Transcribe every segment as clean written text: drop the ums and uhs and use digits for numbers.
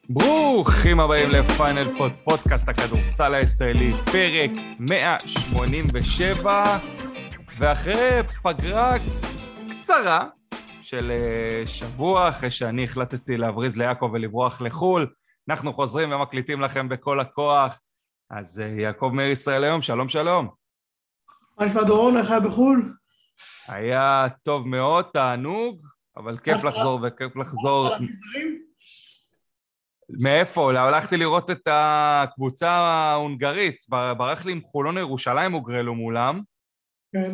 ברוכים הבאים לפיינל פודקאסט הכדורסל הישראלי, פרק 187, ואחרי פגרה קצרה של שבוע, אחרי שאני החלטתי להבריז ליעקב ולברוח לחול, אנחנו חוזרים ומקליטים לכם בכל הכוח. אז יעקב מאיר ישראל היום, שלום שלום. מה נשמע דורון, איך היה בחול? היה טוב מאוד, תענוג, אבל כיף לחזור וכיף לחזור. מאיפה? הלכתי לראות את הקבוצה ההונגרית, ברח לי עם חולון ירושלים הוגרלו מולם. כן.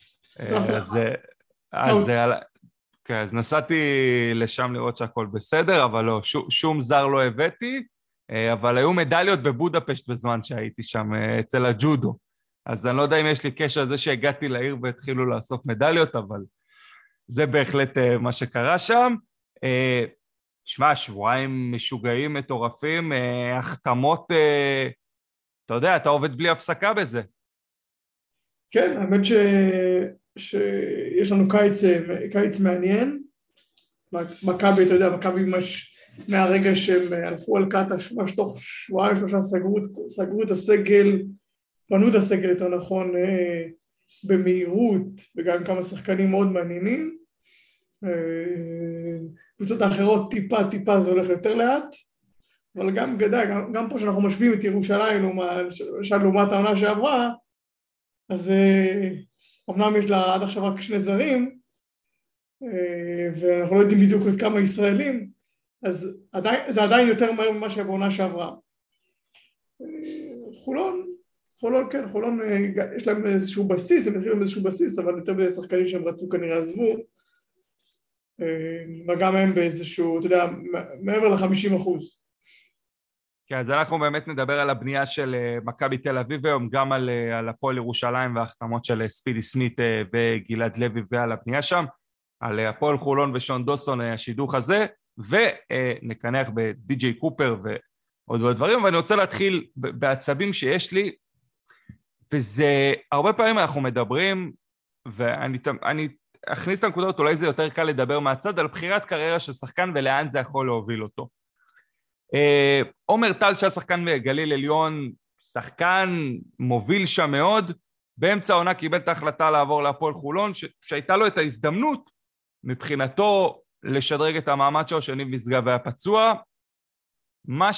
אז נסעתי לשם לראות שהכל בסדר, אבל לא, שום זר לא הבאתי, אבל היו מדליות בבודפשט בזמן שהייתי שם אצל הג'ודו. אז אני לא יודע אם יש לי קשר לזה שהגעתי לעיר והתחילו לאסוף מדליות, אבל זה בהחלט מה שקרה שם. תשמע, שבועיים משוגעים, מטורפים, החתמות, אתה יודע, אתה עובד בלי הפסקה בזה. כן, האמת שיש לנו קיץ מעניין. מכבי, אתה יודע, מכבי ממש מהרגע שהם הלכו על קטש, ממש תוך שבועיים, שלושה סגרו את הסגל, בנו את הסגל יותר נכון, במהירות, וגם כמה שחקנים מאוד מעניינים. קבוצות האחרות טיפה זה הולך יותר לאט, אבל גם פה שאנחנו משווים את ירושלים לעומת העונה שעברה, אז אמנם יש לה עד עכשיו רק שני זרים, ואנחנו לא יודעים בדיוק כמה ישראלים, אז זה עדיין יותר מהר ממה שבעונה שעברה. חולון, כן, חולון יש להם איזשהו בסיס, הם התחילו איזשהו בסיס, אבל יותר מדי שחקנים שהם רצו כנראה עזבו, וגם הם באיזשהו, אתה יודע, מעבר ל-50%. כן, אז אנחנו באמת נדבר על הבנייה של מכבי תל אביב היום, גם על הפועל ירושלים וההחתמות של ספידי סמית וגלעד לוי ועל הבנייה שם, על הפועל חולון ושון דוסון, השידוך הזה, ונקנח בדי.ג'יי קופר ועוד דברים, ואני רוצה להתחיל בעצבים שיש לי, וזה, הרבה פעמים אנחנו מדברים, ואני אכניס את הנקודות, אולי זה יותר קל לדבר מהצד, על בחירת קריירה של שחקן ולאן זה יכול להוביל אותו. עומר טל שהשחקן בגליל עליון, שחקן מוביל שם מאוד, באמצע העונה קיבל את ההחלטה לעבור להפועל חולון, שהייתה לו את ההזדמנות, מבחינתו לשדרג את המעמד שלו, שניב משגב היה פצוע, מה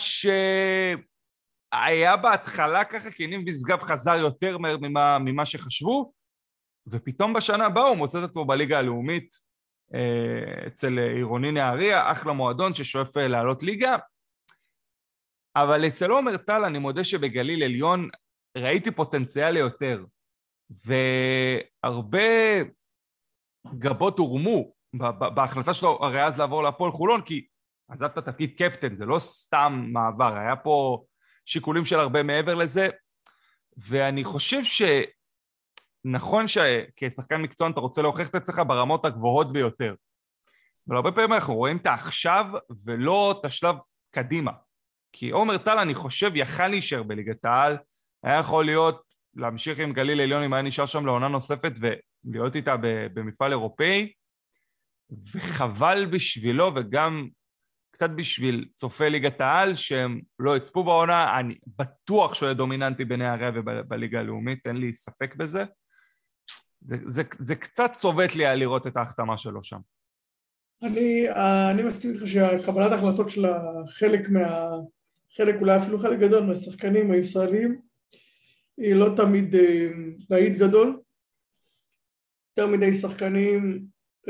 שהיה בהתחלה ככה, כי ניב משגב חזר יותר ממה שחשבו, ופתאום בשנה הבאה הוא מוצא את עצמו בליגה הלאומית, אצל עירוני נהריה, אחלה מועדון ששואף לעלות ליגה, אבל אצל עומר טל אני מודה שבגליל עליון ראיתי פוטנציאל יותר, והרבה גבות הורמו בהחלטה שלו הרי אז לעבור להפועל חולון, כי עזב את התפקיד קפטן, זה לא סתם מעבר, היה פה שיקולים של הרבה מעבר לזה, ואני חושב נכון שכשחקן מקצוען אתה רוצה להוכיח את עצמך ברמות הגבוהות ביותר, אבל הרבה פעמים אנחנו רואים את העכשיו ולא את השלב קדימה, כי עומר טל אני חושב יכל להישאר בליגת העל, היה יכול להמשיך עם גליל עליון אם היה נשאר שם לעונה נוספת ולהיות איתה במפעל אירופאי, וחבל בשבילו וגם קצת בשביל צופי ליגת העל שהם לא יצפו בעונה, אני בטוח שהוא יהיה דומיננטי בנהריה ובליגה הלאומית, אין לי ספק בזה, זה קצת צובט לי לראות את ההחתמה שלו שם. אני מסכים איתך שקבלת ההחלטות של חלק, אולי אפילו חלק גדול מהשחקנים הישראלים, היא לא תמיד להיט גדול, יותר מדי שחקנים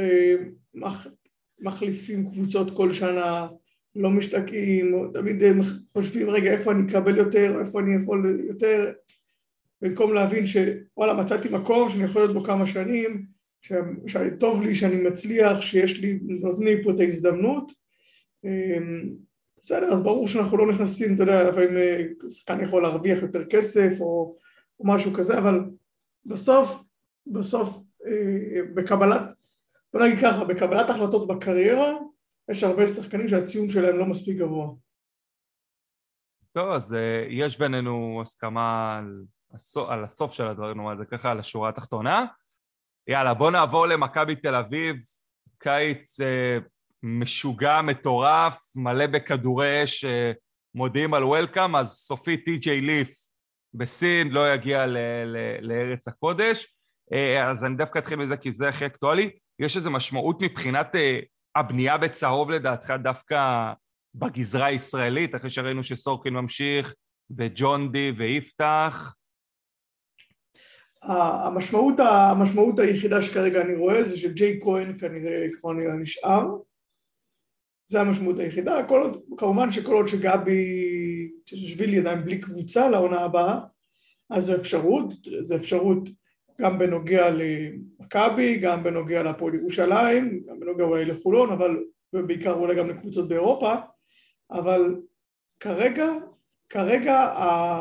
מחליפים קבוצות כל שנה, לא משתקים, תמיד חושבים רגע איפה אני אקבל יותר, איפה אני יכול יותר, במקום להבין שוואלה מצאתי מקום שאני יכול להיות בו כמה שנים, שטוב לי, שאני מצליח, שיש לי, נותנים לי פה את ההזדמנות, בסדר, אז ברור שאנחנו לא נכנסים, אתה יודע, לפעמים שחקן יכול להרוויח יותר כסף או משהו כזה, אבל בסוף בוא נגיד ככה, בקבלת החלטות בקריירה, יש הרבה שחקנים שהציון שלהם לא מספיק גבוה. טוב, אז יש בינינו הסכמה על הסוף של הדברים, זה ככה על השורה התחתונה. יאללה, בוא נעבור למכבי תל אביב, קיץ משוגע, מטורף, מלא בכדורי אש, מודיעים על וולקאם, אז סופי טי.ג'יי ליף בסין לא יגיע לארץ הקודש. אז אני דווקא אתחיל מזה כי זה הכי אקטואלי. יש איזו משמעות מבחינת הבנייה בצהוב לדעתך דווקא בגזרה הישראלית, אחרי שראינו שסורקין ממשיך וג'ון די ויפתח? המשמעות היחידה שכרגע אני רואה זה שג'יי כהן כנראה כבר נשאר. זה המשמעות היחידה. כמובן שכל עוד שגבי צ'צ'שווילי עדיין בלי קבוצה לעונה הבאה, אז זו אפשרות גם בנוגע למכבי, גם בנוגע להפועל ירושלים, גם בנוגע אולי לחולון, אבל בעיקר אולי גם לקבוצות באירופה, אבל כרגע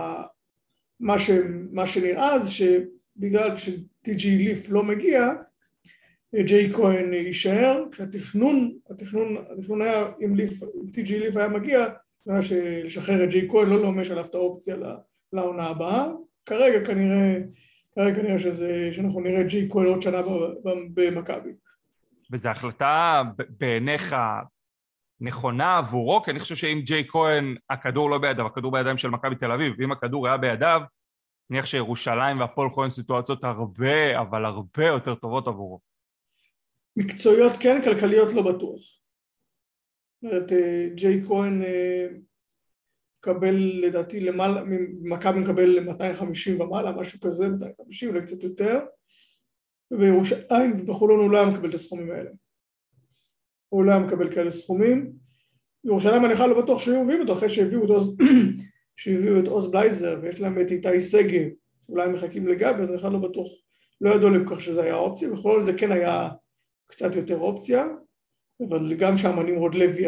מה שנראה זה שבגלל שטי.ג'יי ליף לא מגיע, ג'יי כהן יישאר. כשהתכנון היה, אם טי.ג'יי ליף היה מגיע, זה היה לשחרר את ג'יי כהן, לא לומש עליו את האופציה לעונה הבאה. כרגע כנראה שאנחנו נראה את ג'יי כהן עוד שנה במכבי. וזו החלטה בעיניך נכונה עבורו, כי אני חושב שאם ג'יי כהן, הכדור לא בידיו, הכדור בידיים של מכבי תל אביב, ואם הכדור היה בידיו, נניח שירושלים והפועל חולון סיטואציות הרבה, אבל הרבה יותר טובות עבורו. מקצועיות כן, כלכליות לא בטוח. זאת אומרת, ג'יי כהן מקבל לדעתי למעלה, מכבי מקבל 250 ומעלה, משהו כזה, 250, אולי קצת יותר, ובירושלים ובחולון הוא לא היה מקבל את הסכומים האלה. הוא לא היה מקבל כאלה סכומים. ירושלים אני לא בטוח שהיו מביאים אותו, אחרי שהביאו את עוז בלייזר, ויש להם את איתי שגב, אולי הם מחכים לגבי, אז אני לא בטוח, לא ידעו לי כל כך שזה היה אופציה, בחולון זה כן היה קצת יותר אופציה, אבל גם שם נמרוד לוי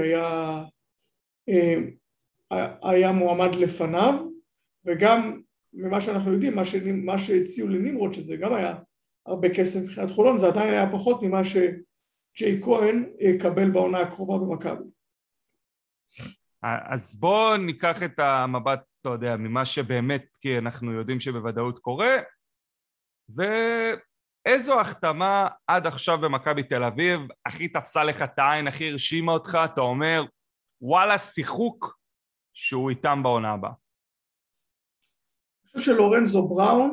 היה מועמד לפניו, וגם ממה שאנחנו יודעים, מה שהציעו לנמרוד, שזה גם היה הרבה כסף מבחינת חולון, זה עדיין היה פחות ממה שג'יי כהן יקבל בעונה הקרובה במכבי. אז בואו ניקח את המבט, אתה יודע, ממה שבאמת, כי אנחנו יודעים שבוודאות קורה, ואיזו החתמה עד עכשיו במכבי תל אביב הכי תפסה לך את העין, הכי הרשימה אותך, אתה אומר, וואלה, שיחוק שהוא איתם בעונה הבאה. אני חושב שלורנזו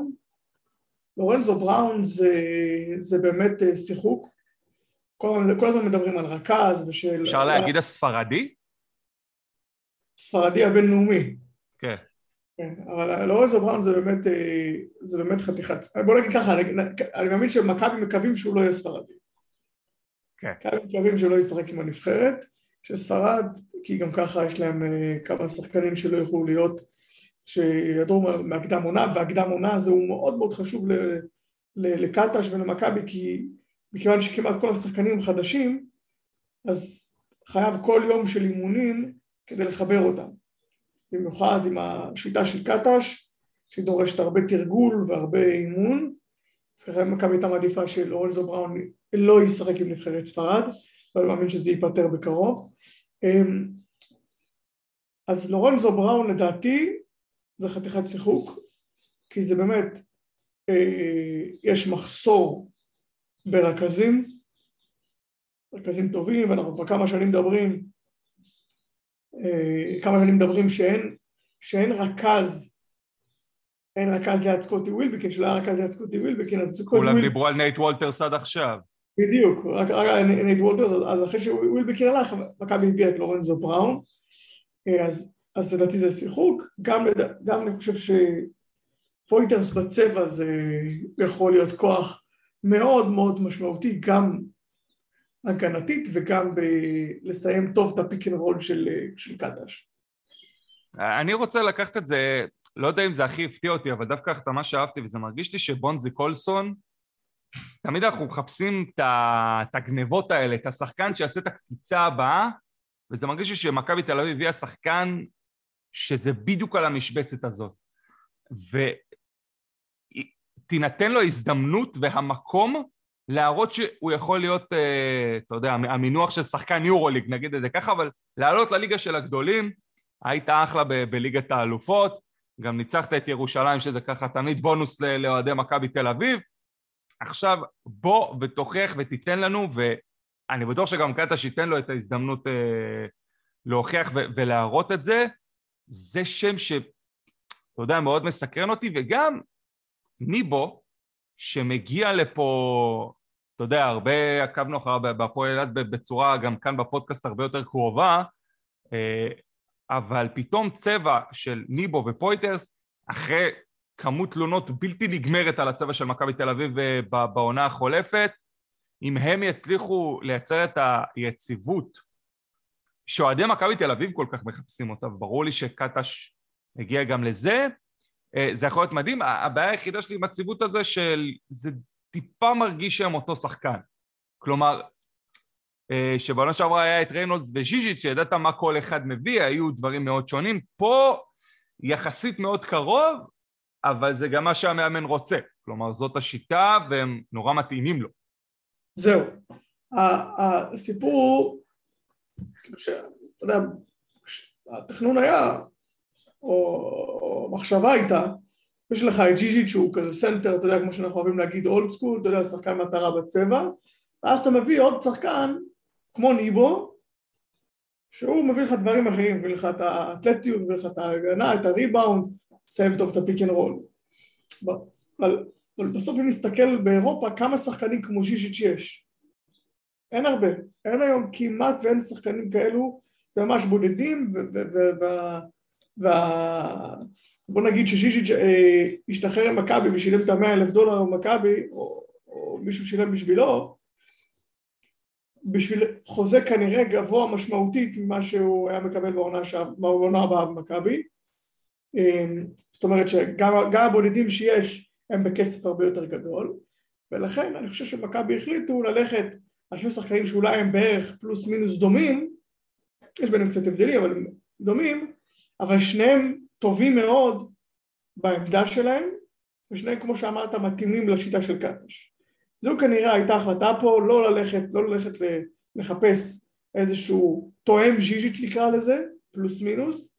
בראון זה באמת שיחוק. כל הזמן מדברים על רכז ושל... אפשר להגיד הספרדי? ספרדי הבינלאומי. כן. כן, אבל לורנזו בראון זה באמת חתיכת... בוא נגיד ככה, אני מאמין שמכבי מקווים שהוא לא יהיה ספרדי. כן. מקווים שהוא לא ישחק עם הנבחרת, שספרד, כי גם ככה יש להם כמה שחקנים שלא יוכלו להיות, שידעו מהקדם עונה, והקדם עונה הזה הוא מאוד מאוד חשוב לקטש ולמכבי, כי מכיוון שכמעט כל השחקנים חדשים, אז חייב כל יום של אימונים כדי לחבר אותם. במיוחד עם השיטה של קטש, שדורשת הרבה תרגול והרבה אימון, אז ככה מכבי הייתה מעדיפה שלורנזו בראון לא ישחק עם נבחרת ספרד, ואני מאמין שזה ייפטר בקרוב. אז לורנזו בראון לדעתי זה חתיכת שיחוק, כי זה באמת, יש מחסור ברכזים, רכזים טובים, ואנחנו כבר כמה שנים מדברים שאין רכז, אין רכז ליד סקוטי ווילבקין, שלא היה רכז ליד סקוטי ווילבקין, אז סקוטי ווילבקין... כולם דיברו על נייט וולטרס עד עכשיו. בדיוק, רק נייט וולטרס, אז אחרי שווילבקין הלך, מכבי הביאה את לורנזו בראון, אז לדעתי זה שיחוק, גם אני חושב שפויטרס בצבע זה יכול להיות כוח מאוד מאוד משמעותי, גם הגנתית וגם לסיים טוב את הפיק אנד רול של קטש. אני רוצה לקחת את זה, לא יודע אם זה הכי הפתיע אותי, אבל דווקא החתמה שאהבתי, וזה מרגיש לי שבונזי קולסון, תמיד אנחנו מחפשים את הגנבות האלה, את השחקן שיעשה את הקפיצה הבאה, וזה מרגיש לי שמכבי תל אביב היא השחקן שזה בדיוק על המשבצת הזאת. ותינתן לו הזדמנות והמקום להראות שהוא יכול להיות, אתה יודע, המינוח של שחקן יורוליג, נגיד את זה ככה, אבל לעלות לליגה של הגדולים, היית אחלה בליגת האלופות, גם ניצחת את ירושלים, שזה ככה תמיד בונוס לאוהדי מכבי תל אביב. עכשיו בוא ותוכח ותיתן לנו, אני בטוח שגם קטש ייתן לו את ההזדמנות להוכיח ולהראות את זה. זה שם שאתה יודע, מאוד מסקרן אותי, וגם ניבו, שמגיע לפה, אתה יודע, הרבה עקבנו אחריו בהפועל אילת בצורה, גם כאן בפודקאסט הרבה יותר קרובה, אבל פתאום צבע של ניבו ופויטרס, אחרי כמות תלונות בלתי נגמרת על הצבע של מכבי תל אביב בעונה החולפת, אם הם יצליחו לייצר את היציבות, שאוהדי מכבי תל אביב כל כך מחפשים אותה, וברור לי שקטש הגיע גם לזה, זה יכול להיות מדהים. הבעיה היחידה שלי עם הציבות הזה, שזה טיפה מרגיש שהם אותו שחקן. כלומר, שבעונה שעברה היה את ריינולדס וז'יז'יץ' שידעת מה כל אחד מביא, היו דברים מאוד שונים. פה יחסית מאוד קרוב, אבל זה גם מה שהמאמן רוצה. כלומר, זאת השיטה, והם נורא מתאימים לו. זהו. הסיפור, אתה יודע, התכנון היה, או מחשבה הייתה, יש לך את ז'יז'יץ' שהוא כזה סנטר, אתה יודע, כמו שאנחנו אוהבים להגיד אולד סקול, אתה יודע, שחקן מטרה בצבע, ואז אתה מביא עוד שחקן, כמו ניבו, שהוא מביא לך דברים אחרים, מביא לך את האתלטיות, מביא לך את ההגנה, את הריבאונד, סיים טוב את הפיק אנד רול. אבל בסוף אם נסתכל באירופה, כמה שחקנים כמו ז'יז'יץ' יש? אין הרבה, אין היום כמעט ואין שחקנים כאלו, זה ממש בודדים, בוא נגיד שז'יז'יץ' השתחרר עם מכבי ושילם את $100,000 במכבי, או מישהו שילם בשבילו, בשביל חוזה כנראה גבוה משמעותית ממה שהוא היה מקבל בעונה הבאה במכבי. זאת אומרת שגם הבודדים שיש הם בכסף הרבה יותר גדול, ולכן אני חושב שמכבי החליטו ללכת על שני שחקנים שאולי הם בערך פלוס מינוס דומים, יש ביניהם קצת הבדלים אבל הם דומים, אבל שניהם טובים מאוד בעמדה שלהם, ושניהם כמו שאמרת מתאימים לשיטה של קטש. זו כנראה הייתה החלטה פה, לא ללכת לחפש איזשהו תואם ז'יז'יץ' נקרא לזה, פלוס מינוס,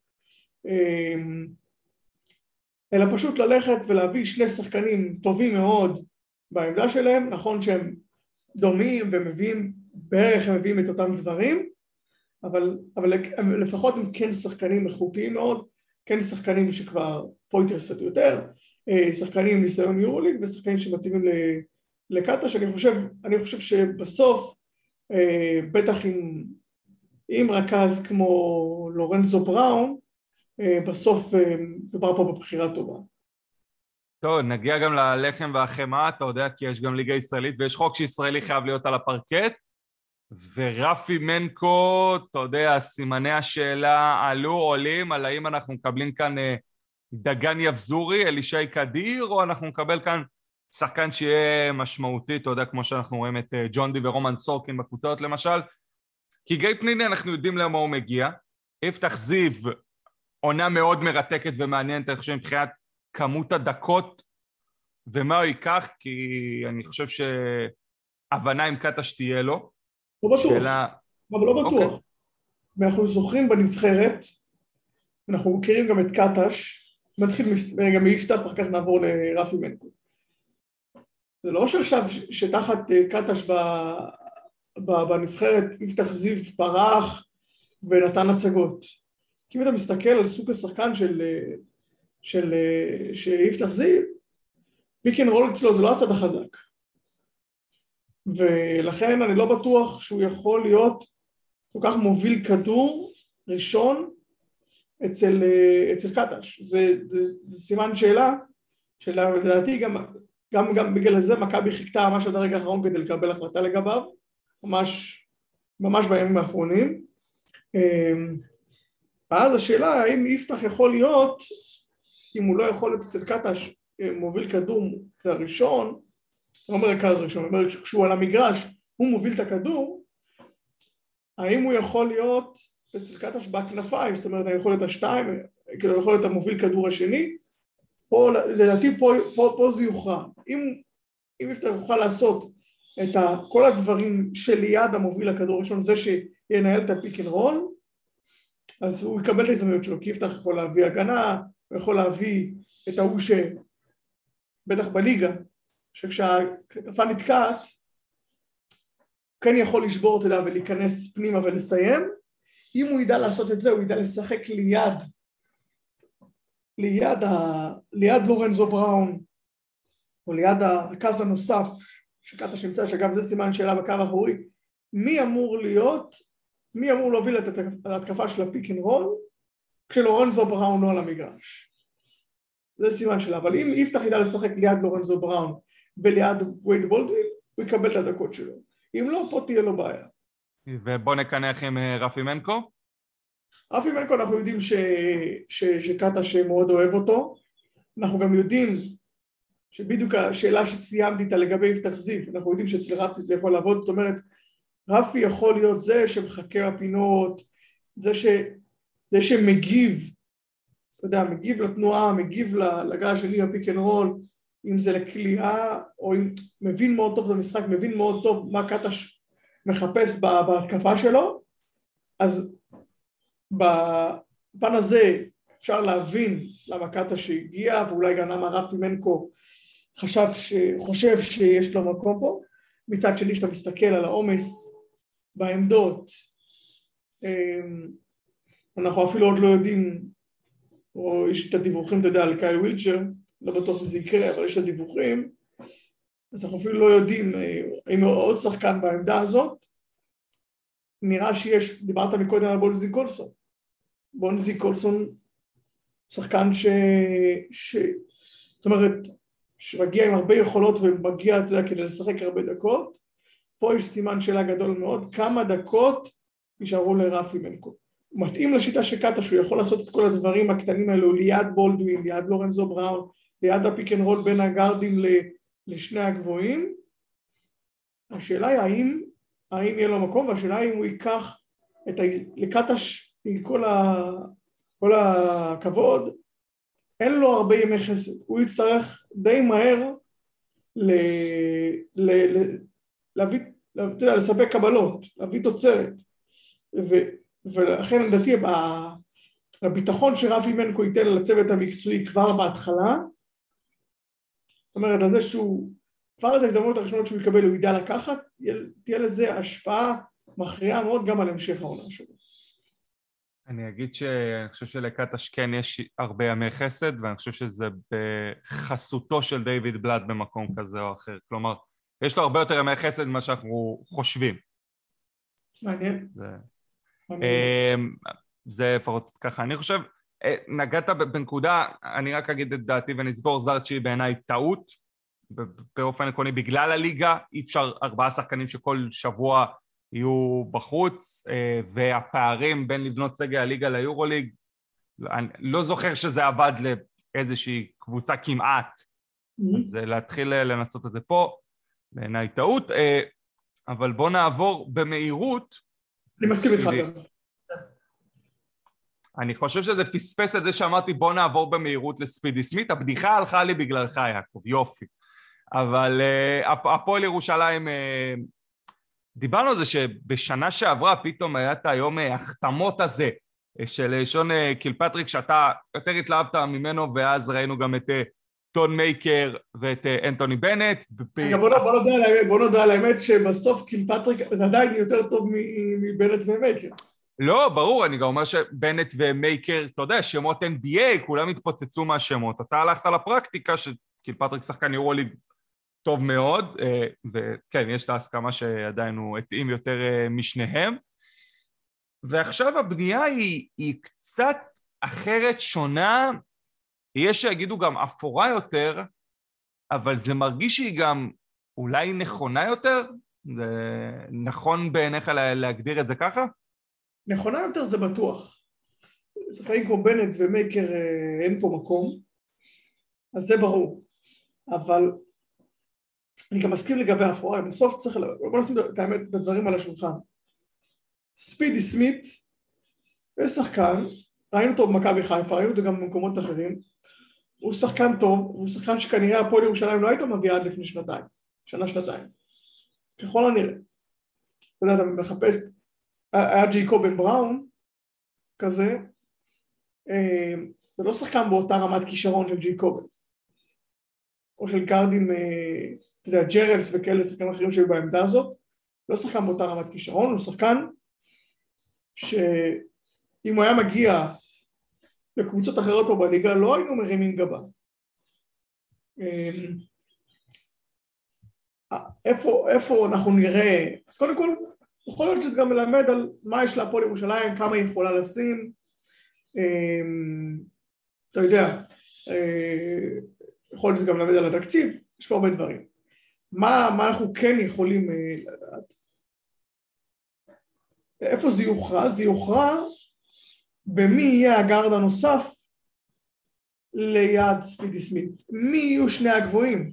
אלא פשוט ללכת ולהביא שני שחקנים טובים מאוד בעמדה שלהם, נכון שהם דומים ומביאים, בערך הם מביאים את אותם דברים, אבל לפחות הם כן שחקנים איכותיים מאוד, כן שחקנים שכבר פויטרס קצת יותר, שחקנים עם ניסיון יורוליג ושחקנים שמתאימים לקטש. אני חושב שבסוף, בטח עם רכז כמו לורנזו בראון, בסוף מדובר פה בבחירה טובה. טוב, נגיע גם ללחם והחמאה, אתה יודע, כי יש גם ליגה ישראלית, ויש חוק שישראלי חייב להיות על הפרקט, ורפי מנקו, אתה יודע, סימני השאלה עולים, על האם אנחנו מקבלים כאן דגן יבזורי, אלישי קדיר, או אנחנו נקבל כאן שחקן שיהיה משמעותי, אתה יודע, כמו שאנחנו רואים את ג'ון די ורומן סורקין בקבוצות למשל, כי גיא פניני אנחנו יודעים למה הוא מגיע, יפתח זיו, עונה מאוד מרתקת ומעניינת, אני חושב מבחינת כמות הדקות ומה הוא ייקח, כי אני חושב שהבנה עם קטש תהיה לו. לא בטוח, אבל לא בטוח. אנחנו זוכרים בנבחרת, אנחנו מכירים גם את קטש, נתחיל גם מיפתח, אחר כך נעבור לרפי מנקו. זה לא שעכשיו שתחת קטש בנבחרת יפתח זיו פרח ונתן הצגות. כי אם אתה מסתכל על סוג השחקן של יפתח זיו, פיק אנד רול אצלו זה לא הצד החזק. ולכן אני לא בטוח שהוא יכול להיות כל כך מוביל כדור ראשון אצל קטש. זה סימן שאלה, שלדעתי גם בגלל זה מכבי חיכתה ממש עד הרגע האחרון כדי לקבל החלטה לגביו, ממש בימים האחרונים. ואז השאלה האם יפתח יכול להיות, אם הוא לא יכול להיות אצל קטש מוביל כדור ראשון, אני לא אומר רכז ראשון, אני אומר כשהוא על המגרש הוא מוביל את הכדור, האם הוא יכול להיות אצל קטש בכנפיים, זאת אומרת, אני יכול להיות השתיים, כאילו יכול להיות המוביל כדור השני, פה, לדעתי פה זה יוכרע. אם יפתח יוכל לעשות את כל הדברים שליד המוביל הכדור הראשון, זה שינהל את הפיק אנד רול, אז הוא יקבל את ההזדמנות שלו, כי יפתח יכול להביא הגנה, הוא יכול להביא את ההוא שבטח בליגה, שכשהכנפה נתקעת, כן יכול לשבור, אתה יודע, ולהיכנס פנימה ולסיים. אם הוא ידע לעשות את זה, הוא ידע לשחק ליד לורנזו בראון, או ליד הרכז הנוסף, שקטה שנמצא, שגם זה סימן שאלה בקו האחורי, מי אמור להוביל את ההתקפה של הפיק אנד רול, כשלורנזו בראון לא על המגרש. זה סימן שאלה, אבל אם יפתח ידע לשחק ליד לורנזו בראון, וליד וייד בולדווין, הוא יקבל את הדקות שלו. אם לא, פה תהיה לו בעיה. ובוא נקנח עם רפי מנקו. רפי מנקו, אנחנו יודעים שקטה שמאוד אוהב אותו. אנחנו גם יודעים שבדיוק השאלה שסיימתי איתה לגבי יפתח זיו, אנחנו יודעים שאצל רפי זה יכול לעבוד, זאת אומרת, רפי יכול להיות זה שמחכה בפינות, זה שמגיב, אתה יודע, מגיב לתנועה, מגיב לגל השני הפיק אנד רול, אם זה לקליעה, או אם מבין מאוד טוב את המשחק, מבין מאוד טוב מה קטה מחפש בהתקפה שלו, אז בפן הזה אפשר להבין למה קטה שהגיע, ואולי גם למה רפי מנקו חושב שיש לו מקום פה. מצד שני, שאתה מסתכל על העומס בעמדות, אנחנו אפילו עוד לא יודעים, או יש את הדיווחים, אתה יודע, על קייל ווילצ'ר, לא בטוח אם זה יקרה, אבל יש את הדיווחים, אז אנחנו אפילו לא יודעים אם עוד שחקן בעמדה הזאת. נראה שיש, דיברת מקודם על בונזי קולסון. בונזי קולסון שחקן זאת אומרת, שמגיע עם הרבה יכולות ומגיע, אתה יודע, כדי לשחק הרבה דקות. פה יש סימן שאלה גדול מאוד, כמה דקות יישארו לרפי מנקו. הוא מתאים לשיטה שקטה, שהוא יכול לעשות את כל הדברים הקטנים האלו, ליד בולדווין, ליד לורנזו בראון, ליד הפיק אנד רול בין הגארדים לשני הגבוהים. השאלה היא האם יהיה לו מקום, והשאלה היא אם הוא ייקח לקטה עם כל הכבוד, אין לו הרבה ימי חסד, הוא יצטרך די מהר להביא, אתה יודע, לספק קבלות, להביא תוצרת, ולכן לדעתי הביטחון שרפי מנקו ייתן לצוות המקצועי כבר בהתחלה, זאת אומרת, על זה שהוא, כבר את ההזדמנות הראשונות שהוא יקבל, הוא ידע לקחת, תהיה לזה השפעה מכריעה מאוד גם על המשך העונה שלו. אני אגיד שאני חושב שלקטש כן יש הרבה ימי חסד, ואני חושב שזה בחסותו של דיוויד בלאט במקום כזה או אחר. כלומר, יש לו הרבה יותר ימי חסד ממה שאנחנו חושבים. מעניין. זה לפחות ככה. אני חושב, נגעת בנקודה, אני רק אגיד את דעתי ונסגור, זרצ'י בעיניי טעות, באופן עקרוני בגלל הליגה, אי אפשר 4 שחקנים שכל שבוע יהיו בחוץ, והפערים בין לבנות סגל הליגה ליורוליג, אני לא זוכר שזה עבד לאיזושהי קבוצה כמעט, אז להתחיל לנסות את זה פה, בעיניי טעות, אבל בוא נעבור במהירות. אני מסכים איתך. אני חושב שזה פספס את זה שאמרתי בוא נעבור במהירות לספידי סמית, הבדיחה הלכה לי בגללך יעקב, יופי, אבל הפועל ירושלים, דיברנו על זה שבשנה שעברה פתאום היה את היום החתמות הזה של שון קילפטריק, שאתה יותר התלהבת ממנו, ואז ראינו גם את טון מייקר ואת אנטוני בנט. בוא נודע על האמת שבסוף קילפטריק זה עדיין יותר טוב מבנט ומייקר. לא, ברור, אני גם אומר שבנט ומייקר, אתה יודע, שמות NBA, כולם התפוצצו מהשמות. אתה הלכת לפרקטיקה שקילפטריק שחקן יורוליג טוב מאוד, וכן, יש את ההסכמה שעדיין הוא התאים יותר משניהם, ועכשיו הבנייה היא קצת אחרת, שונה, יש שיגידו גם אפורה יותר, אבל זה מרגיש שהיא גם אולי נכונה יותר? זה נכון בעיניך להגדיר את זה ככה? נכונה יותר זה בטוח. שחקנים כמו בנט ומייקר אין פה מקום, אז זה ברור, אבל אני גם מסכים לגבי האפורה, בסוף צריך, בוא נשים את האמת, את הדברים על השולחן. ספידי סמית, זה שחקן, ראינו אותו במכבי חיפה, ראינו אותו גם במקומות אחרים, הוא שחקן טוב, הוא שחקן שכנראה הפועל ירושלים לא הייתה מביאה עד לפני שנה-שנתיים, ככל הנראה. אתה יודע, אתה מחפש, היה ג'ייקובן בראון, כזה, זה לא שחקן באותה רמת כישרון של ג'ייקובן, או של גארדים, אתה יודע, ג'רלס וכאלה שחקנים אחרים שהיו בעמדה הזאת, לא שחקן באותה רמת כישרון, הוא שחקן שאם הוא היה מגיע לקבוצות אחרות פה בליגה, לא היינו מרימים גבה. איפה אנחנו נראה, אז קודם כל, יכול להיות שזה גם מלמד על מה יש להפועל ירושלים, כמה היא יכולה לשים, אתה יודע, יכול להיות שזה גם מלמד על התקציב, יש פה הרבה דברים. מה אנחנו כן יכולים לדעת? איפה זה יוכרע? זה יוכרע במי יהיה הגארד הנוסף ליד ספידי סמית. מי יהיו שני הגבוהים?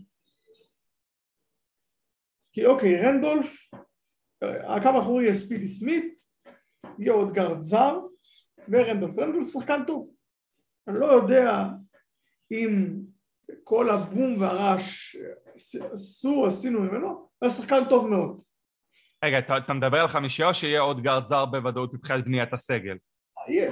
כי אוקיי, רנדולף, הקו האחורי יהיה ספידי סמית, יהיה עוד גארד זר, ורנדולף. רנדולף שחקן טוב. אני לא יודע אם כל הבום והרעש עשינו ממנו, אבל שחקן טוב מאוד. רגע, אתה מדבר על חמישייה או שיהיה עוד גארד זר בוודאות מבחינת בניית הסגל? יהיה.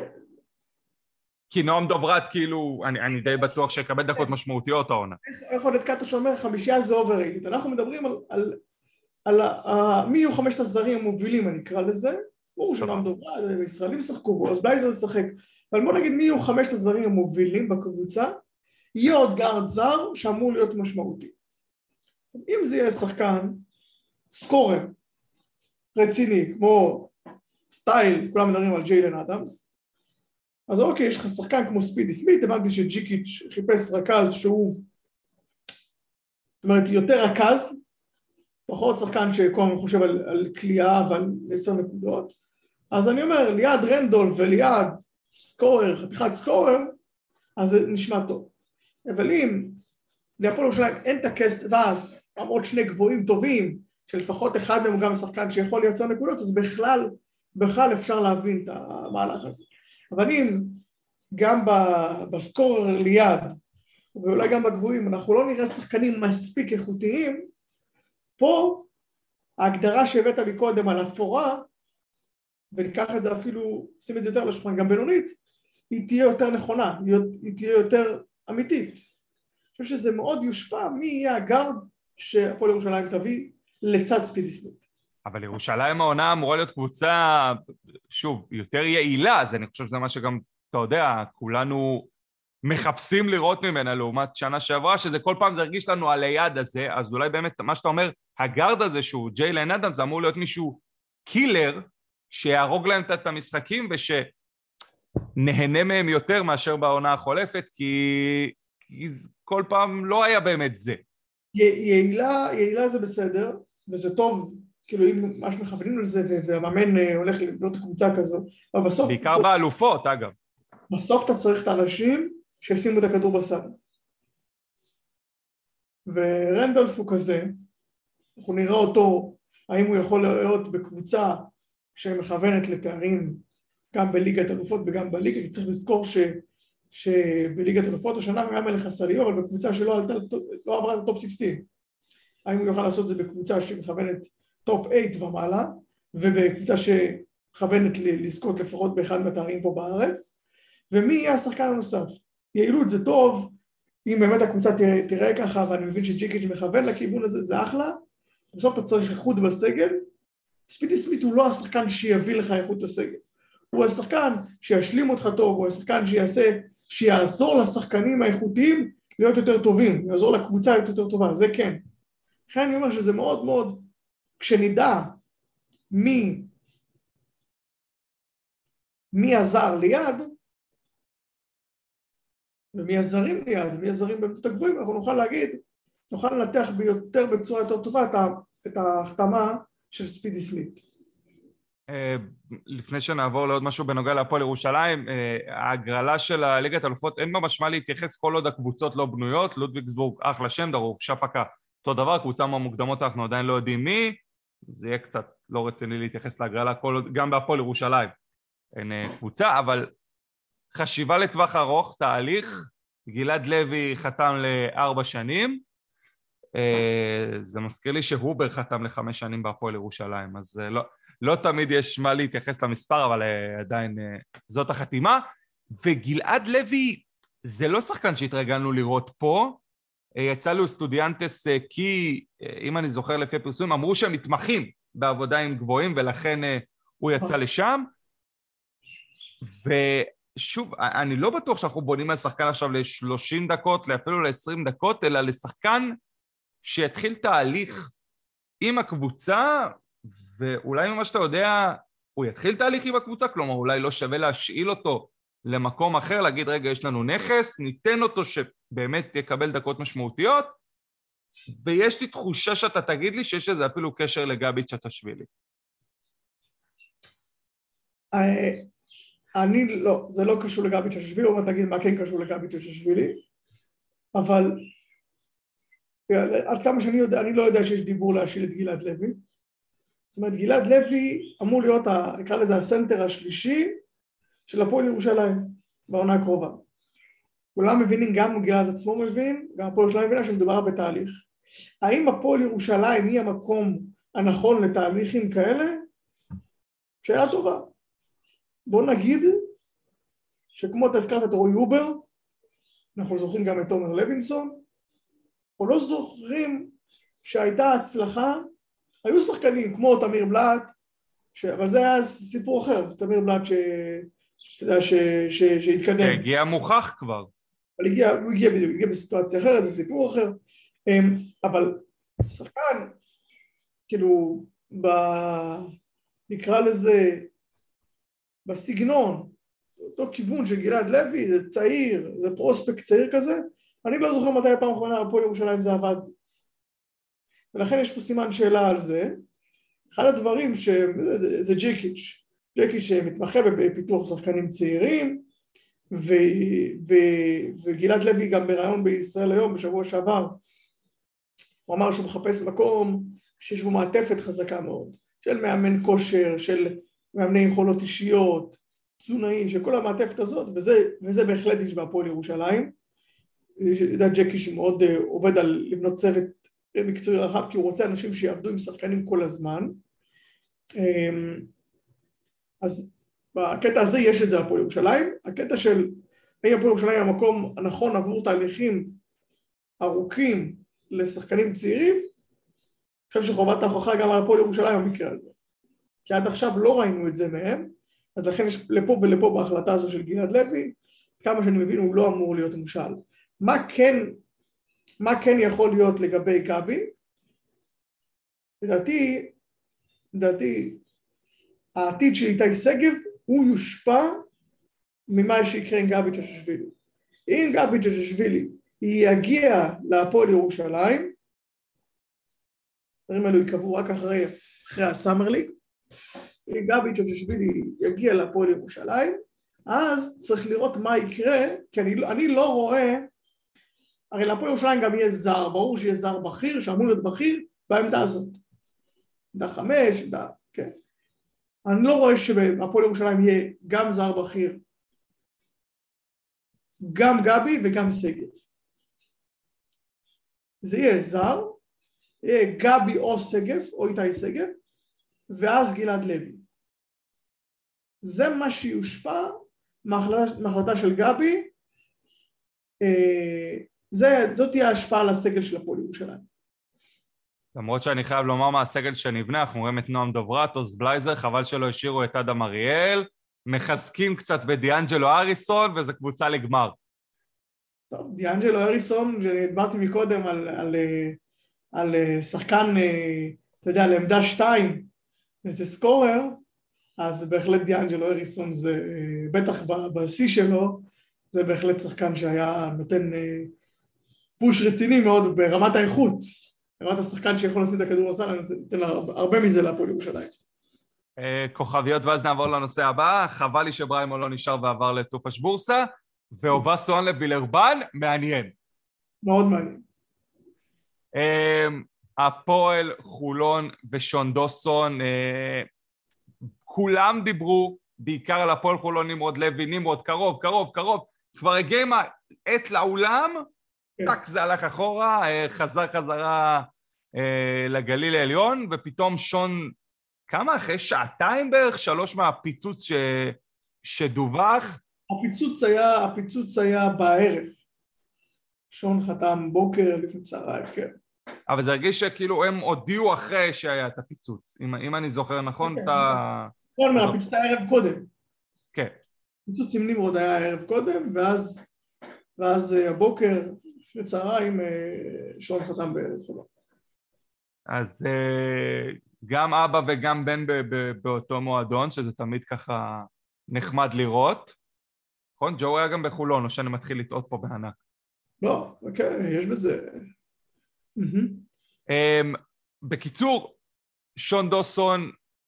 כי נועם דוברת, כאילו, אני די בטוח שיקבל דקות משמעותיות העונה. איך עוד קטע שאומר, חמישייה זה אוברייט. אנחנו מדברים על מי יהיו חמשת הזרים המובילים, אני אקרא לזה, ברור שנועם דוברת, ישראלים שחקו, אז בלייזר ישחק, אבל בוא נגיד מי יהיו חמשת הזרים המובילים בקבוצה, יהיה עוד גארד זר שאמור להיות משמעותי. אם זה יהיה שחקן, סקורר, רציני, כמו סטייל, כולם מדברים על ג'יילן אדמס, אז אוקיי, יש לך שחקן כמו ספידי סמית, הבנתי שג'יקיץ' חיפש רכז שהוא, זאת אומרת, יותר רכז, פחות שחקן שכל הזמן חושב על קליעה ועל לייצר נקודות, אז אני אומר, ליד רנדולף וליד סקורר, חתיכת סקורר, אז זה נשמע טוב. אבל אם להפועל ירושלים אין את הכסף, ואז עוד שני גבוהים טובים, שלפחות אחד מהם הוא גם שחקן שיכול לייצר נקודות, אז בכלל אפשר להבין את המהלך הזה. אבל אם גם בסקורר ליד, ואולי גם בגבוהים, אנחנו לא נראה שחקנים מספיק איכותיים, פה ההגדרה שהבאת מקודם על אפורה, וניקח את זה אפילו, שים את זה יותר לשולחן גם בינונית, היא תהיה יותר נכונה, היא תהיה יותר אמיתית. אני חושב שזה מאוד יושפע מי יהיה הגארד שהפועל ירושלים תביא לצד ספידי סמית. אבל ירושלים העונה אמורה להיות קבוצה, שוב, יותר יעילה, אז אני חושב שזה מה שגם, אתה יודע, כולנו מחפשים לראות ממנה לעומת שנה שעברה, שזה כל פעם זה הרגיש לנו על היד הזה, אז אולי באמת מה שאתה אומר, הגארד הזה שהוא ג'יילן אדמס, זה אמור להיות מישהו קילר, שיהרוג להם את המשחקים ושנהנה מהם יותר מאשר בעונה החולפת, כי כל פעם לא היה באמת זה. יעילה זה בסדר, וזה טוב, כאילו אם ממש מכוונים על זה, והמאמן הולך לבנות קבוצה כזו, אבל בסוף... בעיקר באלופות, אגב. בסוף אתה צריך את האנשים שישימו את הכדור בסל. ורנדולף הוא כזה, אנחנו נראה אותו, האם הוא יכול להיות בקבוצה שמכוונת לתארים גם בליגת אלופות וגם בליגה, כי צריך לזכור שבליגת אלופות השנה הוא היה מלך הסלים, אבל בקבוצה שלא לא עברה את הטופ 16. האם הוא יוכל לעשות את זה בקבוצה שמכוונת טופ 8 ומעלה, ובקבוצה שמכוונת לזכות לפחות באחד מהתארים פה בארץ, ומי יהיה השחקן הנוסף? יעילות זה טוב, אם באמת הקבוצה תראה ככה, ואני מבין שג'יקיץ' מכוון לכיוון הזה, זה אחלה, בסוף אתה צריך איכות בסגל, ספידי סמית הוא לא השחקן שיביא לך איכות בסגל, הוא השחקן שישלים אותך טוב, הוא השחקן שיעזור לשחקנים האיכותיים להיות יותר טובים, יעזור לקבוצה להיות יותר טובה, זה כן. לכן אני אומר שזה מאוד מאוד, כשנדע מי הזר ליד, ומי הזרים ליד, ומי הזרים במתות הגבוהים, אנחנו נוכל להגיד, נוכל לנתח בצורה יותר טובה את ההחתמה של ספידי סמית. לפני שנעבור לעוד משהו בנוגע להפועל ירושלים, ההגרלה של הליגת אלופות אין בה משמע להתייחס כל עוד הקבוצות לא בנויות, לודוויגסבורג אחלה שם, דרור שפקה אותו דבר, קבוצה מהמוקדמות אנחנו עדיין לא יודעים מי, זה יהיה קצת לא רציני להתייחס להגרלה, גם בהפועל ירושלים אין קבוצה, אבל חשיבה לטווח ארוך, תהליך, גלעד לוי חתם ל4 שנים, זה מזכיר לי שהובר חתם ל5 שנים בהפועל ירושלים, אז לא תמיד יש מה להתייחס למספר, אבל עדיין זאת החתימה, וגלעד לוי זה לא שחקן שהתרגלנו לראות פה, יצא לו סטודיאנטס כי, אם אני זוכר לפי פרסום, אמרו שהם מתמחים בעבודה עם גבוהים, ולכן הוא יצא לשם. ושוב, אני לא בטוח שאנחנו בונים על שחקן עכשיו ל-30 דקות, אפילו ל-20 דקות, אלא לשחקן שיתחיל תהליך עם הקבוצה, ואולי ממה שאתה יודע, הוא יתחיל תהליך עם הקבוצה, כלומר אולי לא שווה להשאיל אותו למקום אחר, להגיד רגע יש לנו נכס, ניתן אותו שבאמת יקבל דקות משמעותיות, ויש לי תחושה שאתה תגיד לי שיש לזה אפילו קשר לגבי צ'טאשווילי. אני לא, זה לא קשור לגבי צ'טאשווילי, אבל תגיד מה כן קשור לגבי צ'טאשווילי, אבל עד כמה שאני יודע, אני לא יודע שיש דיבור להשאיל את גלעד לוי. זאת אומרת, גלעד לוי אמור להיות, נקרא לזה הסנטר השלישי של הפועל ירושלים בעונה הקרובה. כולם מבינים, גם גלעד עצמו מבין, גם הפועל ירושלים מבינה שמדובר בתהליך. האם הפועל ירושלים היא המקום הנכון לתהליכים כאלה? שאלה טובה. בוא נגיד שכמו אתה הזכרת את רוי הובר, אנחנו זוכרים גם את תומר לוינסון, או לא זוכרים שהייתה הצלחה, היו שחקנים כמו תמיר בלאט, אבל זה היה סיפור אחר, זה תמיר בלאט שהתקדם. הגיע מוכח כבר. אבל הוא הגיע בסיטואציה אחרת, זה סיפור אחר. אבל שחקן, כאילו, נקרא לזה, בסגנון, אותו כיוון של גלעד לוי, זה צעיר, זה פרוספקט צעיר כזה, אני לא זוכר מתי הפעם האחרונה הפועל ירושלים זה עבד. ולכן יש פה סימן שאלה על זה. אחד הדברים זה ג'יקיץ' שמתמחה בפיתוח שחקנים צעירים, וגלעד לוי גם ברעיון בישראל היום, בשבוע שעבר, הוא אמר שהוא מחפש מקום שיש בו מעטפת חזקה מאוד, של מאמן כושר, של מאמני יכולות אישיות, תזונאים, של כל המעטפת הזאת, וזה בהחלט יש בהפועל ירושלים. ג'קי שמאוד עובד על לבנות צוות מקצועי רחב, כי הוא רוצה אנשים שיעבדו עם שחקנים כל הזמן. אז בקטע הזה יש את זה בהפועל ירושלים. הקטע של האם הפועל ירושלים המקום הנכון עבור תהליכים ארוכים לשחקנים צעירים, אני חושב שחובת ההוכחה גם על הפועל ירושלים במקרה הזה. כי עד עכשיו לא ראינו את זה מהם, אז לכן יש לפה ולפה בהחלטה הזו של גלעד לוי, כמה שאני מבין הוא לא אמור להיות מושל. מה כן יכול להיות לגבי גבי? לדעתי, העתיד של איתי שגב הוא יושפע ממה שיקרה עם גבי צ'טאשווילי. אם גבי צ'טאשווילי יגיע להפועל ירושלים, הדברים האלו יקבעו רק אחרי הסאמר ליג, אם גבי צ'טאשווילי יגיע להפועל ירושלים, אז צריך לראות מה יקרה, כי אני לא רואה, הרי להפועל ירושלים גם יהיה זר, ברור שיהיה זר בכיר, שאמור להיות בכיר בעמדה הזאת. עמדה 5, כן. אני לא רואה שבהפועל ירושלים יהיה גם זר בכיר, גם גבי וגם סגל. זה יהיה זר, יהיה גבי או סגב, או איתי סגב, ואז גלעד לוי. זה מה שיושפע מהחלטה של גבי, זאת תהיה ההשפעה על הסגל של הפועל ירושלים. למרות שאני חייב לומר מהסגל שנבנה, אנחנו רואים את נועם דוברת, עוז בלייזר, חבל שלא השאירו את אדם אריאל, מחזקים קצת בדיאנג'לו אריסון, וזה קבוצה לגמר. טוב, דיאנג'לו אריסון, שדיברתי מקודם על שחקן, אתה יודע, לעמדה 2, וזה סקורר, אז בהחלט דיאנג'לו אריסון זה, בטח בשיא שלו, זה בהחלט שחקן שהיה נותן פוש רציני מאוד ברמת האיכות, ברמת השחקן שיכול לשים את הכדור לסל, אני נותן לה הרבה מזה להפועל ירושלים. כוכביות, ואז נעבור לנושא הבא. חבל לי שבריימו לא נשאר ועבר לטופש בורסה, ואובסואן לבילרבן, מעניין. מאוד מעניין. הפועל, חולון ושון דוסון, כולם דיברו, בעיקר על הפועל חולון, נמרוד לוי, נמרוד, קרוב, כבר הגיע עם העת לאולם, רק זה הלך אחורה, חזרה לגליל העליון, ופתאום שון, כמה? אחרי שעתיים בערך, 3 מהפיצוץ שדווח? הפיצוץ היה בערב. שון חתם בוקר לפני צהריים, כן. אבל זה הרגיש שכאילו הם הודיעו אחרי שהיה את הפיצוץ, אם אני זוכר נכון, אתה... נכון, הפיצוץ היה ערב קודם. כן. פיצוץ עם נמרוד היה ערב קודם, ואז הבוקר, לפני צהריים, שון חתם בחולון. אז גם אבא וגם בן באותו מועדון, שזה תמיד ככה נחמד לראות. נכון? ג'ו היה גם בחולון, או שאני מתחיל לטעות פה בענק. לא, אוקיי, יש בזה. בקיצור, שון דוסון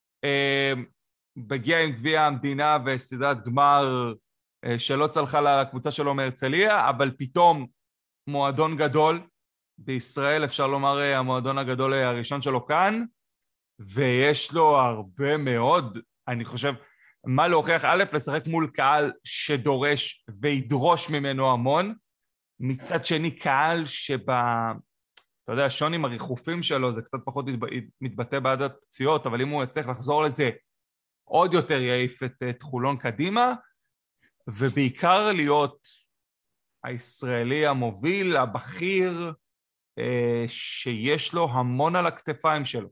בגיע עם גביע המדינה וסדרת גמר שלא צלחה לקבוצה שלו מהרצליה, אבל פתאום מועדון גדול בישראל, אפשר לומר המועדון הגדול הראשון שלו כאן, ויש לו הרבה מאוד, אני חושב, מה להוכיח א', לשחק מול קהל שדורש וידרוש ממנו המון, מצד שני קהל אתה יודע, שון עם הריחופים שלו, זה קצת פחות מתבטא בעד הפציעות, אבל אם הוא יצליח לחזור לזה, עוד יותר יעיף את חולון קדימה, ובעיקר להיות הישראלי המוביל, הבכיר, שיש לו המון על הכתפיים שלו.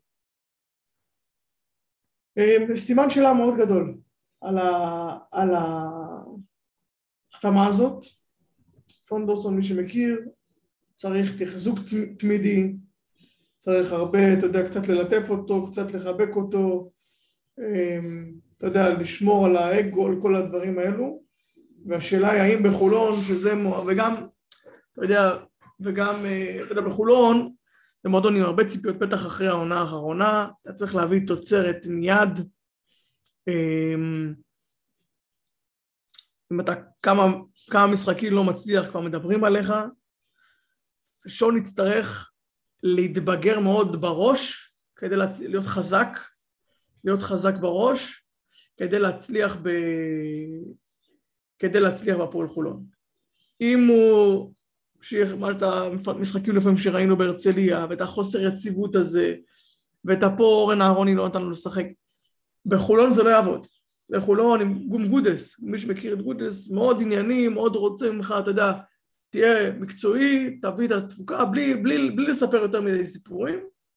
סימן שאלה מאוד גדול על ההחתמה הזאת. שון דוסון, מי שמכיר, צריך תחזוק תמידי, צריך הרבה, אתה יודע, קצת ללטף אותו, קצת לחבק אותו, אתה יודע, לשמור על האגו, על כל הדברים האלו, והשאלה היא האם בחולון, וגם, אתה יודע, בחולון, זה מועדון עם הרבה ציפיות, בטח אחרי העונה האחרונה, אתה צריך להביא תוצרת מיד, אם אתה כמה משחקים לא מצליח, כבר מדברים עליך, שון יצטרך להתבגר מאוד בראש, כדי להיות חזק בראש, כדי להצליח בפועל חולון. אם הוא, את המשחקים לפעמים שראינו בהרצליה, ואת החוסר יציבות הזה, ואת פה אורן אהרוני לא נתן לו לשחק, בחולון זה לא יעבוד. לחולון עם גום גודס, מי שמכיר את גודס, מאוד ענייני, מאוד רוצה ממך, אתה יודע, תהיה מקצועי, תביא את התפוקה, בלי לספר יותר מדי סיפורים.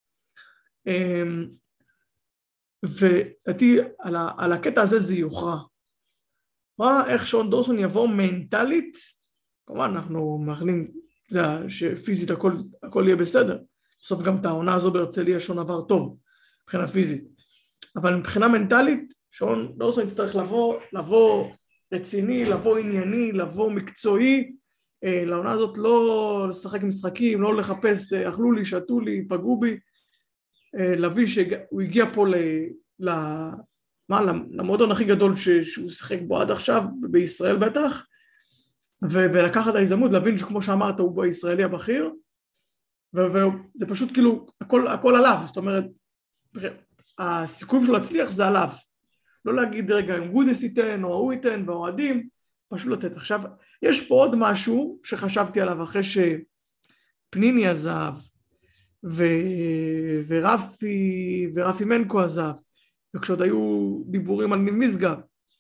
ואתי, על הקטע הזה זה יוכרע. איך שון דוסון יבוא מנטלית, כמובן אנחנו מאחלים שפיזית הכל יהיה בסדר, בסוף גם את העונה הזו בהרצליה שון עבר טוב, מבחינה פיזית, אבל מבחינה מנטלית, שון דוסון יצטרך לבוא רציני, לבוא ענייני, לבוא מקצועי, לעונה הזאת לא לשחק משחקים, לא לחפש, אכלו לי, שתו לי, פגעו בי, להביא שהוא הגיע פה למועדון הכי גדול שהוא שיחק בו עד עכשיו, בישראל בטח, ולקחת את ההזדמנות להבין שכמו שאמרת הוא בישראלי הבכיר, וזה פשוט כאילו הכל עליו, זאת אומרת, הסיכויים שלו להצליח זה עליו, לא להגיד רגע אם גודס ייתן או הוא ייתן והאוהדים, פשוט לתת. עכשיו, יש פה עוד משהו שחשבתי עליו אחרי שפניני עזב, ורפי מנקו עזב, וכשעוד היו דיבורים על משגב.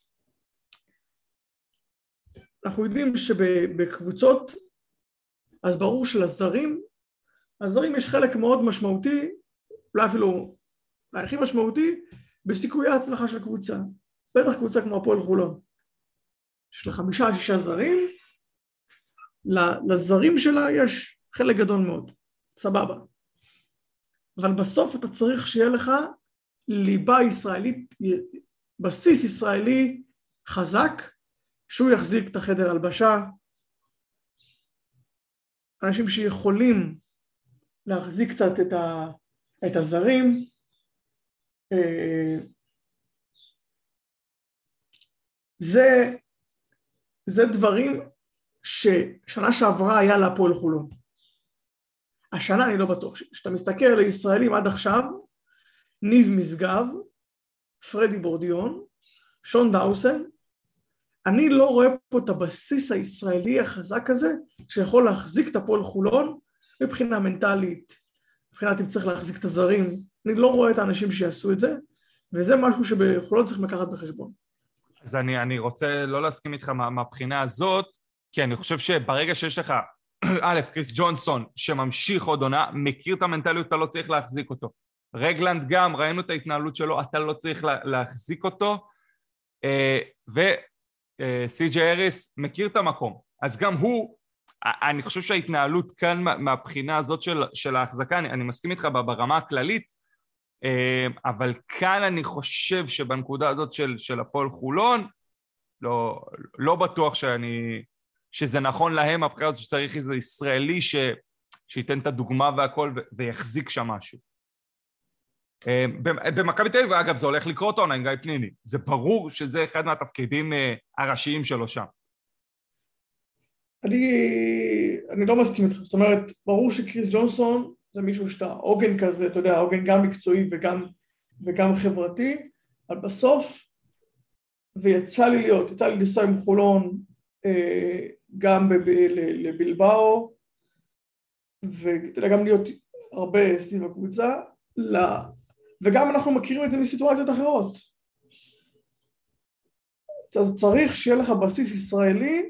אנחנו יודעים שבקבוצות, אז ברור שלזרים יש חלק מאוד משמעותי, אולי אפילו הכי משמעותי, בסיכויי ההצלחה של קבוצה. בטח קבוצה כמו הפועל חולון. יש לה 5-6 זרים, לזרים שלה יש חלק גדול מאוד, סבבה. אבל בסוף אתה צריך שיהיה לך ליבה ישראלית, בסיס ישראלי חזק, שהוא יחזיק את החדר הלבשה, אנשים שיכולים להחזיק קצת את הזרים, זה דברים ששנה שעברה היה להפועל חולון. השנה אני לא בטוח. כשאתה מסתכל על הישראלים עד עכשיו, ניב משגב, פרדי בורדיון, שון דאוסן, אני לא רואה פה את הבסיס הישראלי החזק הזה, שיכול להחזיק את הפועל חולון, מבחינה מנטלית, מבחינת אם צריך להחזיק את הזרים, אני לא רואה את האנשים שיעשו את זה, וזה משהו שבחולון צריך לקחת בחשבון. אז אני רוצה לא להסכים איתך מהבחינה הזאת, כי אני חושב שברגע שיש לך א', קריס ג'ונסון, שממשיך עוד עונה, מכיר את המנטליות, אתה לא צריך להחזיק אותו. רגלנד גם, ראינו את ההתנהלות שלו, אתה לא צריך להחזיק אותו, וסי.ג'יי אריס מכיר את המקום. אז גם הוא, אני חושב שההתנהלות כאן מהבחינה הזאת של ההחזקה, אני מסכים איתך ברמה הכללית, אבל כאן אני חושב שבנקודה הזאת של הפועל חולון, לא בטוח שזה נכון להם, הבחירה הזאת שצריך איזה ישראלי שייתן את הדוגמה והכל ויחזיק שם משהו. במכבי תל אביב, אגב, זה הולך לקרות עונה עם גיא פניני. זה ברור שזה אחד מהתפקידים הראשיים שלו שם. אני לא מסכים איתך. זאת אומרת, ברור שקריס ג'ונסון זה מישהו שאתה עוגן כזה, אתה יודע, עוגן גם מקצועי וגם חברתי, אבל בסוף, ויצא לי לנסוע עם חולון גם לבלבאו, וגם להיות הרבה סביב הקבוצה, וגם אנחנו מכירים את זה מסיטואציות אחרות. צריך שיהיה לך בסיס ישראלי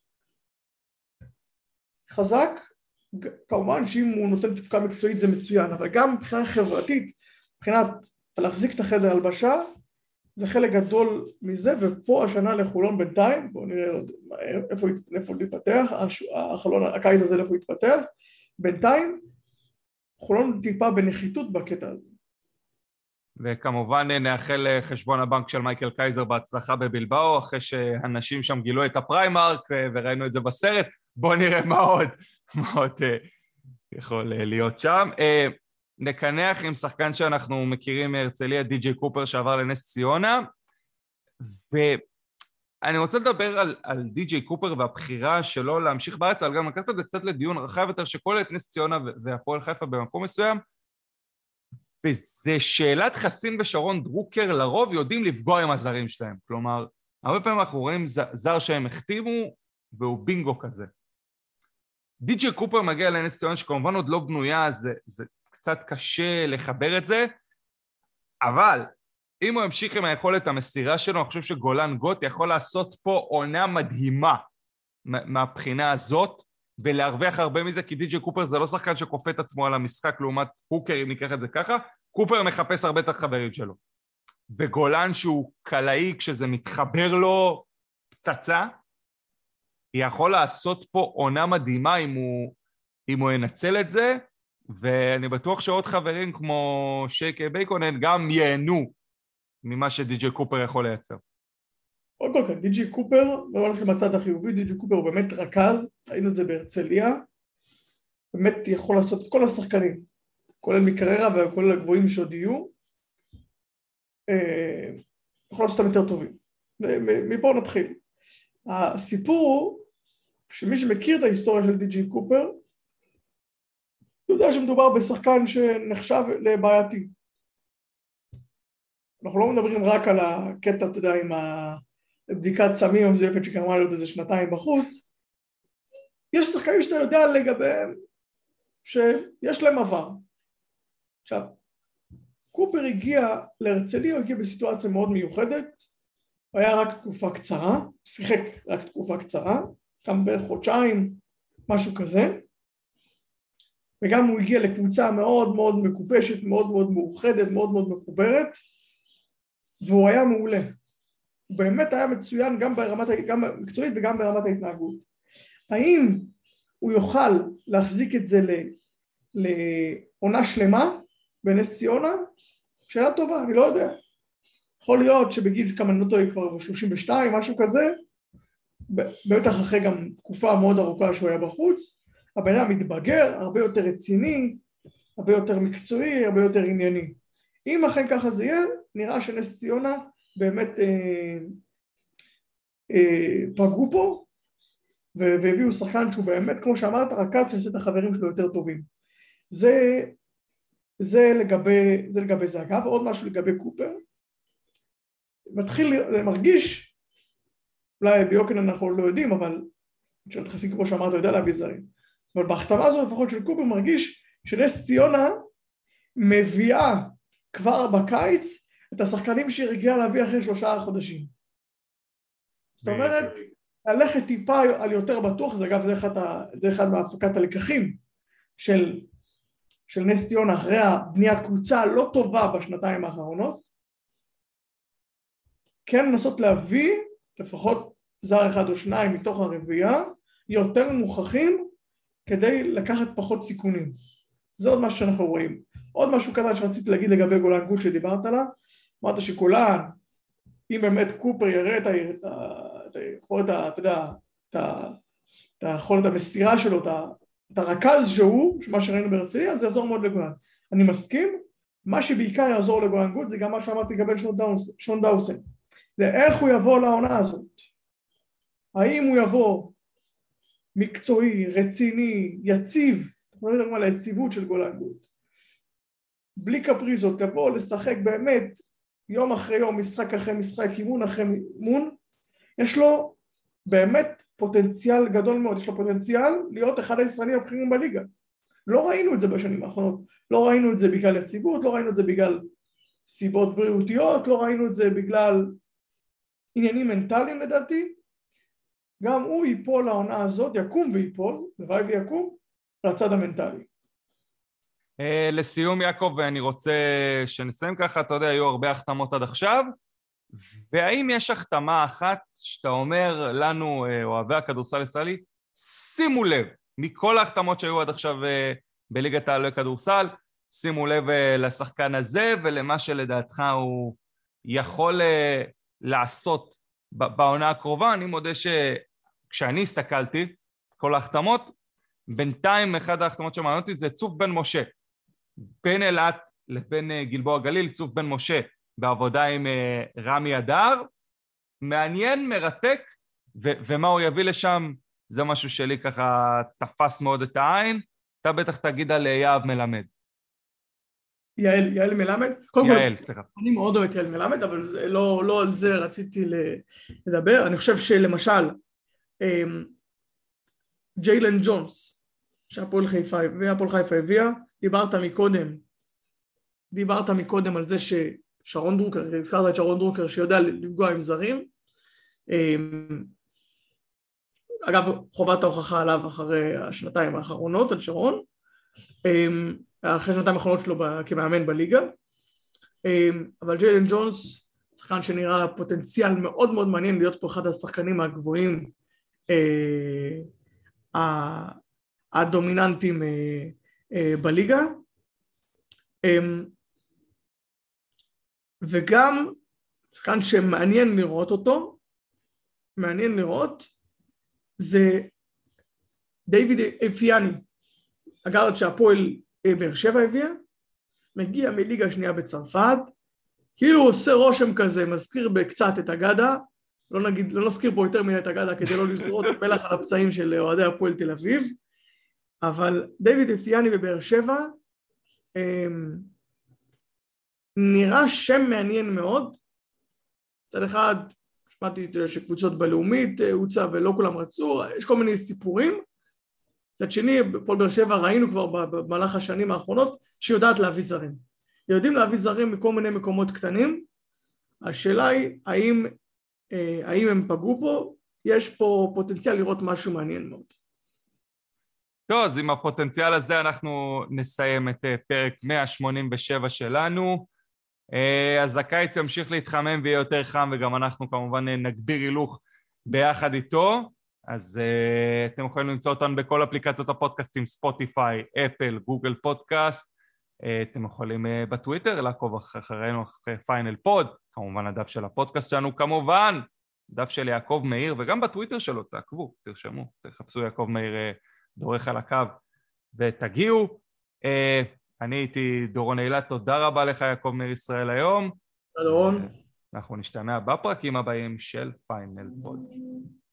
חזק, כמובן שאם הוא נותן תפקה מקצועית זה מצוין, אבל גם מבחינה חברתית, מבחינת להחזיק את החדר הלבשה, זה חלק גדול מזה, ופה השנה לחולון בינתיים, בואו נראה איפה להתפתח, הקיץ הזה איפה להתפתח, בינתיים חולון טיפה בנחיתות בקטע הזה. וכמובן נאחל חשבון הבנק של מייקל קייזר בהצלחה בבלבאו, אחרי שאנשים שם גילו את הפריימרק וראינו את זה בסרט, בואו נראה מה עוד יכול להיות שם. נקנח עם שחקן שאנחנו מכירים מהרצליה, די.ג'יי קופר שעבר לנס ציונה, ואני רוצה לדבר על די.ג'יי קופר והבחירה שלו להמשיך בארץ, אבל גם לקחת את זה קצת לדיון רחב יותר שכל את נס ציונה והפועל חיפה במקום מסוים, וזה שאלת חסין ושרון דרוקר לרוב יודעים לפגוע עם הזרים שלהם, כלומר, הרבה פעמים אנחנו רואים זר שהם החתימו והוא בינגו כזה. די.ג'יי קופר מגיע לנס ציונה שכמובן עוד לא בנויה, זה קצת קשה לחבר את זה, אבל אם הוא ימשיך עם היכולת המסירה שלו, אני חושב שגולן גוט יכול לעשות פה עונה מדהימה מהבחינה הזאת, ולהרוויח הרבה מזה, כי די.ג'יי קופר זה לא שחקן שקופא את עצמו על המשחק, לעומת הוקר, אם ניקח את זה ככה, קופר מחפש הרבה את החברים שלו. וגולן שהוא קלעי, כשזה מתחבר לו פצצה, יכול לעשות פה עונה מדהימה אם הוא ינצל את זה, ואני בטוח שעוד חברים כמו שייקי בייקונן גם ייהנו ממה שדי.ג'יי קופר יכול לייצר. עוד כל כך, די.ג'יי קופר, לא הולך למצד החיובי, די.ג'יי קופר הוא באמת רכז, ראינו את זה בהרצליה, באמת יכול לעשות את כל השחקנים, כולל מקררה וכל הגבוהים שעוד יהיו, יכול לעשות אותם יותר טובים. ומפה נתחיל. הסיפור, שמי שמכיר את ההיסטוריה של די.ג'יי קופר, הוא יודע שמדובר בשחקן שנחשב לבעייתי. אנחנו לא מדברים רק על הקטע, אתה יודע, עם הבדיקת סמים המזויפת שקרמה להיות איזה שנתיים בחוץ. יש שחקנים שאתה יודע לגביהם שיש להם עבר. עכשיו, קופר הגיע להרצליה, הוא הגיע בסיטואציה מאוד מיוחדת, הוא היה רק תקופה קצרה, שיחק רק תקופה קצרה, גם בערך חודשיים, משהו כזה, וגם הוא הגיע לקבוצה מאוד מאוד מקופשת, מאוד מאוד מאוחדת, מאוד מאוד מחוברת, והוא היה מעולה. הוא באמת היה מצוין גם מקצועית וגם ברמת ההתנהגות. האם הוא יוכל להחזיק את זה לעונה שלמה בנס ציונה? שאלה טובה, אני לא יודע. יכול להיות שבגיל כמה נוטו היא כבר 32, משהו כזה, בטח אחרי גם תקופה מאוד ארוכה שהוא היה בחוץ, הבן אדם מתבגר, הרבה יותר רציני, הרבה יותר מקצועי, הרבה יותר ענייני. אם אכן ככה זה יהיה, נראה שנס ציונה באמת פגעו פה, והביאו שחקן שהוא באמת, כמו שאמרת, רכז שעושה את החברים שלו יותר טובים. זה לגבי זה. אגב, עוד משהו לגבי קופר. מרגיש, אולי ביוקן אנחנו לא יודעים, אבל כשאתה חסיד כמו שאמרת, יודע להביא זרים. אבל בהחתמה הזו לפחות של קופר מרגיש שנס ציונה מביאה כבר בקיץ את השחקנים שהיא רגילה להביא אחרי 3 חודשים. זאת אומרת, ללכת טיפה על יותר בטוח, זה אגב, זה אחד מהפקת הלקחים של נס ציונה אחרי הבניית קבוצה לא טובה בשנתיים האחרונות, כן לנסות להביא לפחות זר אחד או שניים מתוך הרביעייה יותר מוכחים כדי לקחת פחות סיכונים. זה עוד משהו שאנחנו רואים. עוד משהו קטן שרציתי להגיד לגבי גולן גוט שדיברת עליו, אמרת שגולן, אם באמת קופר יראה את היכולת, אתה יודע, את היכולת המסירה שלו, את הרכז שהוא, מה שראינו בהרצליה, זה יעזור מאוד לגולן. אני מסכים, מה שבעיקר יעזור לגולן גוט זה גם מה שאמרתי לגבי שון דאוסן. זה איך הוא יבוא לעונה הזאת. האם הוא יבוא מקצועי, רציני, יציב, אנחנו מדברים על היציבות של גולן גוט. בלי קפריזות, לבוא לשחק באמת יום אחרי יום, משחק אחרי משחק, אימון אחרי אימון, יש לו באמת פוטנציאל גדול מאוד, יש לו פוטנציאל להיות אחד הישראלים הבכירים בליגה. לא ראינו את זה בשנים האחרונות, לא ראינו את זה בגלל יציבות, לא ראינו את זה בגלל סיבות בריאותיות, לא ראינו את זה בגלל עניינים מנטליים לדעתי. גם הוא ייפול לעונה הזאת, יקום ויפול, לוואי ויקום, לצד המנטלי. לסיום יעקב, אני רוצה שנסיים ככה, אתה יודע, היו הרבה החתמות עד עכשיו, והאם יש החתמה אחת שאתה אומר לנו, אוהבי הכדורסל הישראלי, שימו לב, מכל ההחתמות שהיו עד עכשיו בליגת העל כדורסל, שימו לב לשחקן הזה ולמה שלדעתך הוא יכול לעשות בעונה הקרובה. אני מודה שכשאני הסתכלתי, כל ההחתמות, בינתיים אחד ההחתמות שמעניין אותי זה צוף בן משה, בין אילת לבין גלבוע גליל, צוף בן משה בעבודה עם רמי אדר, מעניין, מרתק, ומה הוא יביא לשם, זה משהו שלי ככה תפס מאוד את העין. אתה בטח תגיד על יהב מלמד. יעל מלמד? יעל, סליחה. אני מאוד אוהב את יעל מלמד, אבל לא על זה רציתי לדבר. אני חושב שלמשל, ג'יילן ג'ונס, שהפועל חיפה הביאה, דיברת מקודם על זה ששרון דרוקר, הזכרת את שרון דרוקר שיודע לפגוע עם זרים, אגב חובת ההוכחה עליו אחרי השנתיים האחרונות על שרון, אחרי שנתיים האחרונות שלו כמאמן בליגה, אבל ג'יילן ג'ונס, שחקן שנראה פוטנציאל מאוד מאוד מעניין להיות פה אחד השחקנים הגבוהים הדומיננטיים בליגה, וגם שחקן שמעניין לראות אותו, זה דיוויד אפיאני, הגארד שהפועל באר שבע הביאה, מגיע מליגה שנייה בצרפת, כאילו הוא עושה רושם כזה, מזכיר בקצת את אגדה, לא נזכיר פה יותר מן את אגדה כדי לא לזרות מלח על הפצעים של אוהדי הפועל תל אביב, אבל דיוויד אפיאני בבאר שבע נראה שם מעניין מאוד. צד אחד שמעתי שקבוצות בלאומית הוצא ולא כולם רצו, יש כל מיני סיפורים. צד שני, בפועל באר שבע ראינו כבר במהלך השנים האחרונות שיודעת להביא זרים. יודעים להביא זרים מכל מיני מקומות קטנים. השאלה היא האם הם פגעו פה, יש פה פוטנציאל לראות משהו מעניין מאוד. טוב, אז עם הפוטנציאל הזה אנחנו נסיים את פרק 187 שלנו. אז הקיץ ימשיך להתחמם ויהיה יותר חם, וגם אנחנו כמובן נגביר הילוך ביחד איתו. אז אתם יכולים למצוא אותנו בכל אפליקציות הפודקאסטים, ספוטיפיי, אפל, גוגל פודקאסט. אתם יכולים בטוויטר לעקוב אחרינו, אחרי פיינל פוד, כמובן הדף של הפודקאסט שלנו, כמובן דף של יעקב מאיר, וגם בטוויטר שלו תעקבו, תרשמו, תחפשו יעקב מאיר דורך על הקו ותגיעו. אני הייתי דורון אילת, תודה רבה לך יעקב מאיר ישראל היום. תודה דורון. אנחנו נשתמע בפרקים הבאים של פיינל פוד.